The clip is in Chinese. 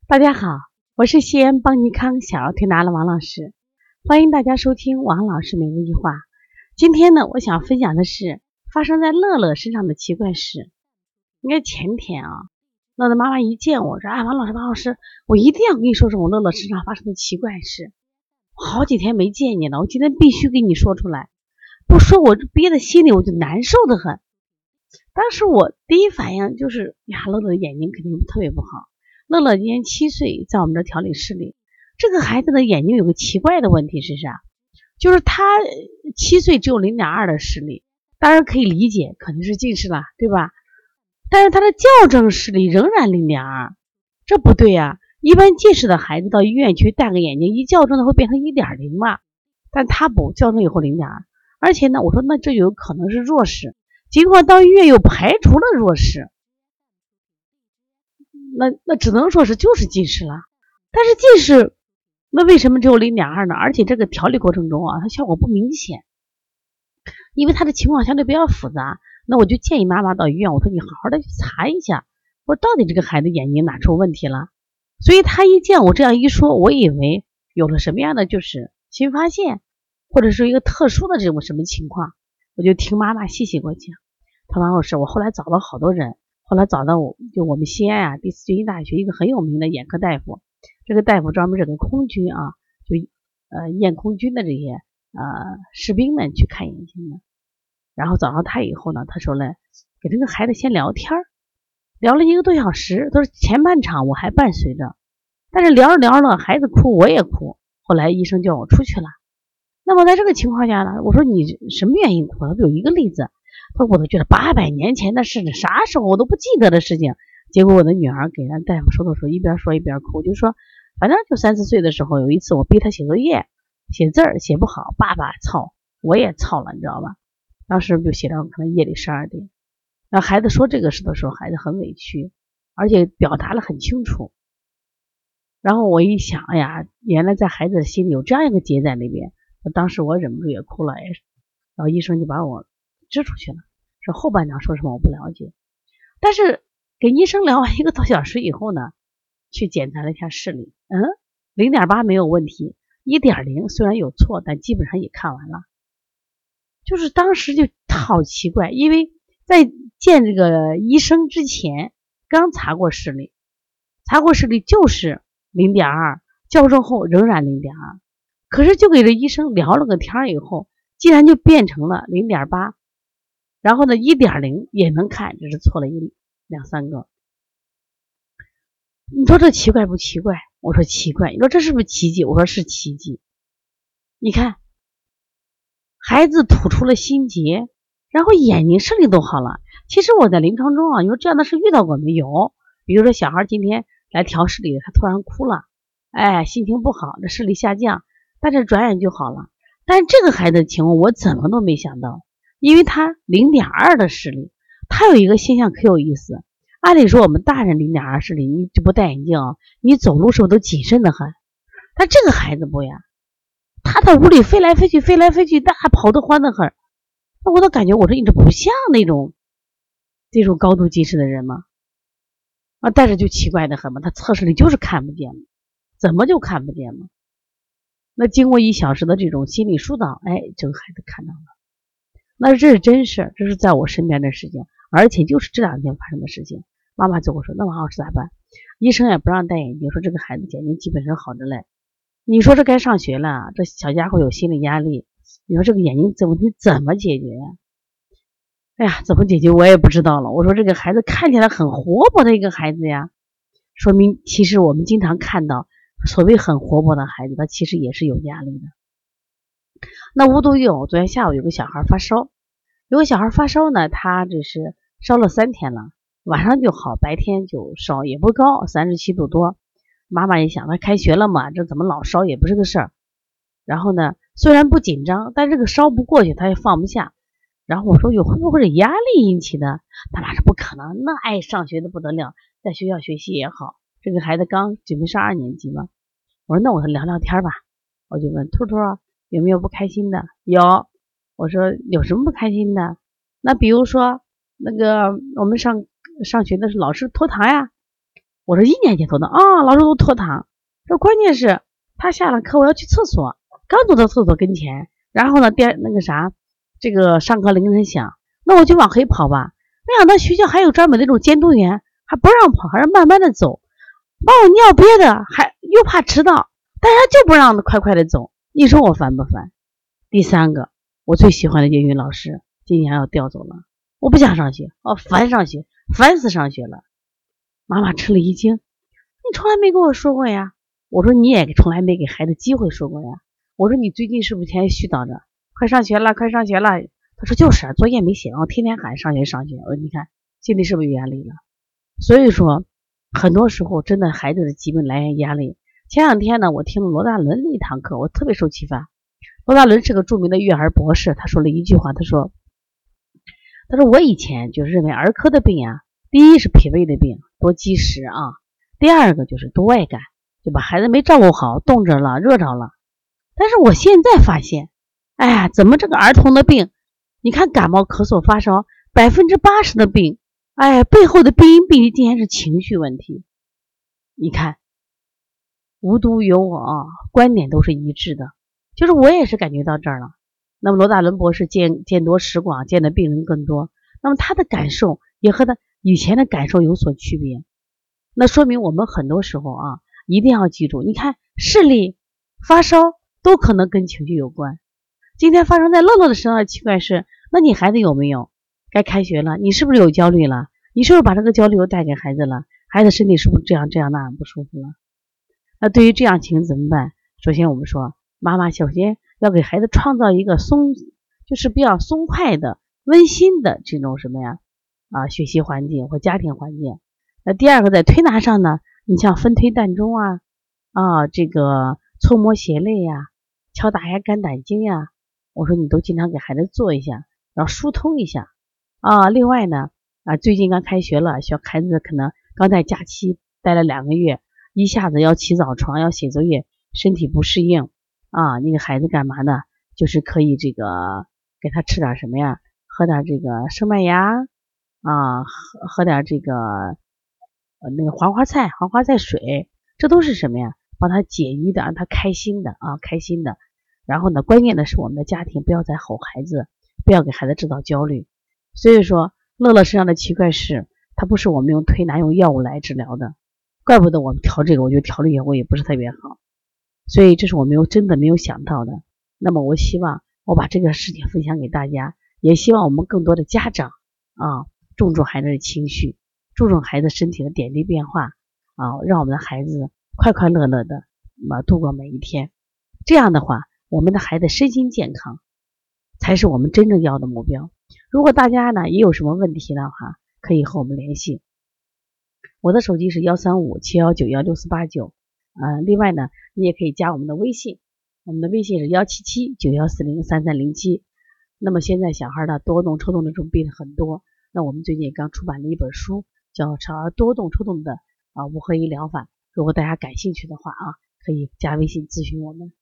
大家好，我是西安邦尼康小儿推拿的王老师，欢迎大家收听王老师每日一话。今天呢，我想分享的是发生在乐乐身上的奇怪事。应该前天啊，乐乐妈妈一见我说：“王老师，我一定要跟你说说我乐乐身上发生的奇怪事。我好几天没见你了，我今天必须跟你说出来，不说我憋在心里我就难受得很。”当时我第一反应就是乐乐的眼睛肯定特别不好。乐乐今年7岁，在我们这调理室里，这个孩子的眼睛有个奇怪的问题是啥？就是他7岁只有 0.2 的视力，当然可以理解，肯定是近视了，对吧？但是他的校正视力仍然 0.2， 这不对啊！一般近视的孩子到医院去戴个眼镜，一校正的会变成 1.0 嘛，但他不，校正以后 0.2， 而且呢，我说那这有可能是弱视，尽管到医院又排除了弱视。那只能说是就是近视了，但是近视那为什么只有 0.2 呢？而且这个调理过程中啊，它效果不明显，因为他的情况相对比较复杂。那我就建议妈妈到医院，我说你好好的去查一下，我说到底这个孩子眼睛哪出问题了。所以他一见我这样一说，我以为有了什么样的就是新发现，或者是一个特殊的这种什么情况，我就听妈妈细细给我讲。他说王老师，我后来找了好多人，后来找到我们西安第四军医大学一个很有名的眼科大夫，这个大夫专门是给空军啊，就验空军的这些士兵们去看眼睛的。然后找到他以后呢，他说了，给这个孩子先聊天，聊了1个多小时，他说前半场我还伴随着，但是聊着聊着孩子哭我也哭，后来医生叫我出去了。那么在这个情况下呢，我说你什么原因哭？他有一个例子，他说我都觉得800年前的事，啥时候我都不记得的事情。结果我的女儿给人大夫说的时候，一边说一边哭，就说反正就3、4岁的时候，有一次我逼他写作业，写字儿写不好，爸爸操，我也操了，你知道吧？当时就写到可能夜里12点。那孩子说这个事的时候，孩子很委屈，而且表达了很清楚。然后我一想，哎呀，原来在孩子的心里有这样一个结在那边，当时我忍不住也哭了，也是。然后医生就把我支出去了，说后半场说什么我不了解。但是跟医生聊完1个多小时以后呢，去检查了一下视力，0.8没有问题，1.0虽然有错，但基本上也看完了。就是当时就好奇怪，因为在见这个医生之前刚查过视力就是0.2，校正后仍然0.2，可是就给这医生聊了个天以后，竟然就变成了0.8，然后呢1.0也能看，只是错了2、3个。你说这奇怪不奇怪？我说奇怪。你说这是不是奇迹？我说是奇迹。你看孩子吐出了心结，然后眼睛视力都好了。其实我在临床中啊，你说这样的事遇到过没有？比如说小孩今天来调视力，他突然哭了，心情不好，这视力下降，但是转眼就好了。但是这个孩子的情况我怎么都没想到，因为他 0.2 的视力，他有一个现象可有意思。按理说我们大人 0.2 视力，你就不戴眼镜你走路是不是都谨慎的很？但这个孩子不呀，他在屋里飞来飞去，但还跑得欢得很。那我都感觉，我说你这不像那种这种高度近视的人吗？但是就奇怪的很嘛，他测视力就是看不见，怎么就看不见嘛？那经过1小时的这种心理疏导，这个孩子看到了。那这是真事，这是在我身边的事情，而且就是这2天发生的事情。妈妈就跟我说，那王老师咋办？医生也不让戴眼镜，说这个孩子眼睛基本上好着嘞。你说这该上学了，这小家伙有心理压力，你说这个眼睛问题怎么解决呀？怎么解决我也不知道了。我说这个孩子看起来很活泼的一个孩子呀，说明其实我们经常看到所谓很活泼的孩子，他其实也是有压力的。那无独有偶，昨天下午有个小孩发烧，呢，他这是烧了3天了，晚上就好，白天就烧也不高，37度多。妈妈也想，他开学了嘛，这怎么老烧也不是个事儿。然后呢，虽然不紧张，但这个烧不过去，他也放不下。然后我说会不会是压力引起的？他妈是不可能，那爱上学的不得了，在学校学习也好，这个孩子刚准备上2年级嘛。我说那我聊聊天吧，我就问兔兔有没有不开心的？有。我说有什么不开心的？那比如说那个我们上学的时候老师拖堂呀， 我说1年级头的啊，老师都拖堂。这关键是他下了课我要去厕所，刚走到厕所跟前，然后呢这个上课铃声响，那我就往回跑吧。没想到学校还有专门的那种监督员，还不让跑，还是慢慢的走，把我尿憋的，还又怕迟到，但是他就不让快快的走。你说我烦不烦？第三个，我最喜欢的英语老师今年要调走了，我不想上学，烦上学，烦死上学了。妈妈吃了一惊，你从来没跟我说过呀。我说你也从来没给孩子机会说过呀。我说你最近是不是天天絮叨着快上学了快上学了？他说就是啊，作业没写完，我天天喊上学上学。我说你看心里是不是有压力了？所以说很多时候真的孩子的疾病来源压力。前2天呢，我听了罗大伦的一堂课，我特别受启发。罗大伦是个著名的育儿博士，他说了一句话，他说我以前就认为儿科的病啊，第一是脾胃的病，多积食啊，第二个就是多外感，就把孩子没照顾好，冻着了热着了。但是我现在发现，哎呀，怎么这个儿童的病，你看感冒咳嗽发烧80%的病，哎，背后的病因病理竟然是情绪问题。你看无独有偶啊，观点都是一致的，就是我也是感觉到这儿了。那么罗大伦博士见多识广，见的病人更多，那么他的感受也和他以前的感受有所区别。那说明我们很多时候啊，一定要记住，你看视力、发烧都可能跟情绪有关。今天发生在乐乐的身上的奇怪是，那你孩子有没有？该开学了，你是不是有焦虑了？你是不是把这个焦虑又带给孩子了？孩子身体是不是这样那样不舒服了？那对于这样情形怎么办？首先我们说，妈妈首先要给孩子创造一个就是比较松快的、温馨的这种什么呀学习环境或家庭环境。那第二个在推拿上呢，你像分推膻中这个搓摩胁肋呀、敲打压肝胆经呀，我说你都经常给孩子做一下，然后疏通一下另外呢最近刚开学了，小孩子可能刚在假期待了2个月，一下子要起早床要写作业，身体不适应那个孩子干嘛呢？就是可以这个给他吃点什么呀？喝点这个生麦芽喝点这个那个黄花菜水，这都是什么呀？帮他解郁的，让他开心的开心的。然后呢，关键的是我们的家庭不要再吼孩子，不要给孩子制造焦虑。所以说，乐乐身上的奇怪是，他不是我们用推拿用药物来治疗的，怪不得我们调这个，我觉得调的效果也不是特别好。所以这是我真的没有想到的。那么我希望我把这个事情分享给大家，也希望我们更多的家长注重孩子的情绪，注重孩子身体的点滴变化让我们的孩子快快乐乐的度过每一天。这样的话，我们的孩子身心健康才是我们真正要的目标。如果大家呢也有什么问题的话，可以和我们联系。我的手机是13571916489另外呢，你也可以加我们的微信，我们的微信是17791403307。那么现在小孩的多动抽动的这种病很多，那我们最近刚出版了一本书，叫少儿多动抽动的5合1疗法。如果大家感兴趣的话可以加微信咨询我们。